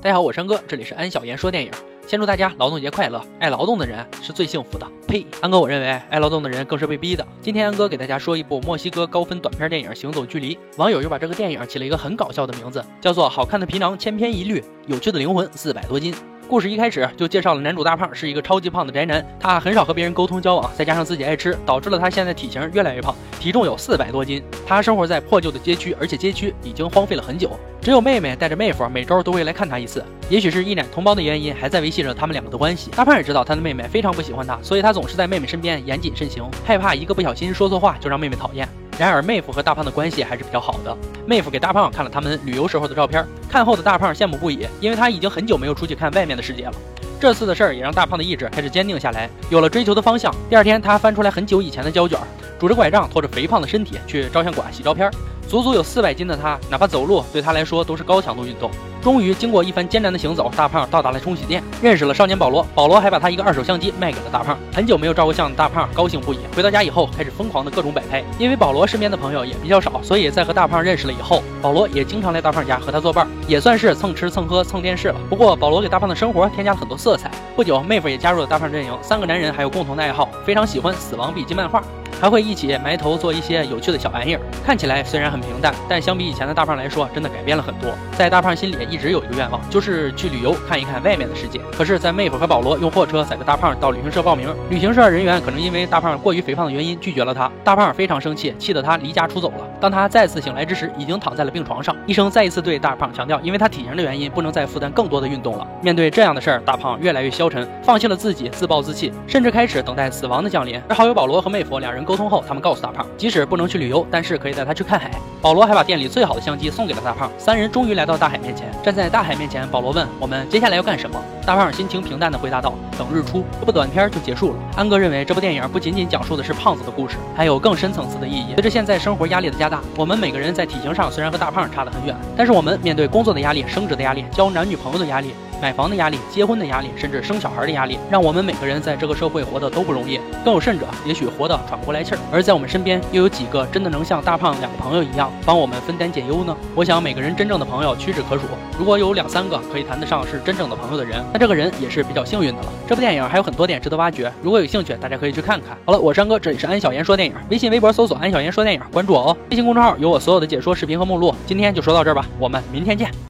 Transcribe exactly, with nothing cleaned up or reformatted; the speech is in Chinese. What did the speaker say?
大家好，我是安哥，这里是安小言说电影。先祝大家劳动节快乐！爱劳动的人是最幸福的。呸！安哥，我认为爱劳动的人更是被逼的。今天安哥给大家说一部墨西哥高分短片电影《行走距离》，网友又把这个电影起了一个很搞笑的名字，叫做《好看的皮囊千篇一律，有趣的灵魂四百多斤》。故事一开始就介绍了男主大胖是一个超级胖的宅男，他很少和别人沟通交往，再加上自己爱吃，导致了他现在体型越来越胖，体重有四百多斤。他生活在破旧的街区，而且街区已经荒废了很久，只有妹妹带着妹夫每周都会来看他一次。也许是一奶同胞的原因，还在维系着他们两个的关系。大胖也知道他的妹妹非常不喜欢他，所以他总是在妹妹身边严谨慎行，害怕一个不小心说错话就让妹妹讨厌。然而妹夫和大胖的关系还是比较好的，妹夫给大胖看了他们旅游时候的照片，看后的大胖羡慕不已，因为他已经很久没有出去看外面的世界了。这次的事儿也让大胖的意志开始坚定下来，有了追求的方向。第二天，他翻出来很久以前的胶卷，拄着拐杖，拖着肥胖的身体去照相馆洗照片。足足有四百斤的他，哪怕走路对他来说都是高强度运动。终于经过一番艰难的行走，大胖到达了冲洗店，认识了少年保罗。保罗还把他一个二手相机卖给了大胖。很久没有照过相的大胖高兴不已，回到家以后开始疯狂的各种摆拍。因为保罗身边的朋友也比较少，所以在和大胖认识了以后，保罗也经常来大胖家和他作伴，也算是蹭吃蹭喝蹭电视了。不过保罗给大胖的生活添加了很多色彩。不久，妹夫也加入了大胖阵营，三个男人还有共同的爱好，非常喜欢死亡笔记漫画，还会一起埋头做一些有趣的小玩意儿。看起来虽然很平淡，但相比以前的大胖来说，真的改变了很多。在大胖心里一直有一个愿望，就是去旅游看一看外面的世界。可是，在妹夫和保罗用货车载着大胖到旅行社报名，旅行社人员可能因为大胖过于肥胖的原因拒绝了他。大胖非常生气，气得他离家出走了。当他再次醒来之时，已经躺在了病床上。医生再一次对大胖强调，因为他体型的原因，不能再负担更多的运动了。面对这样的事儿，大胖越来越消沉，放弃了自己，自暴自弃，甚至开始等待死亡的降临。而好友保罗和妹夫两人沟通后，他们告诉大胖，即使不能去旅游，但是可以带他去看海。保罗还把店里最好的相机送给了大胖。三人终于来到大海面前，站在大海面前，保罗问我们接下来要干什么。大胖心情平淡地回答道，等日出。这部短片就结束了。安哥认为这部电影不仅仅讲述的是胖子的故事，还有更深层次的意义。随着现在生活压力的加大，我们每个人在体型上虽然和大胖差得很远，但是我们面对工作的压力、升职的压力、交男女朋友的压力、买房的压力、结婚的压力，甚至生小孩的压力，让我们每个人在这个社会活得都不容易。更有甚者，也许活得喘不过来气儿。而在我们身边，又有几个真的能像大胖两个朋友一样，帮我们分担解忧呢？我想每个人真正的朋友屈指可数，如果有两三个可以谈得上是真正的朋友的人，那这个人也是比较幸运的了。这部电影还有很多点值得挖掘，如果有兴趣，大家可以去看看。好了，我是安哥，这里是安小言说电影，微信、微博搜索安小言说电影，关注我哦。微信公众号有我所有的解说视频和目录。今天就说到这儿吧，我们明天见。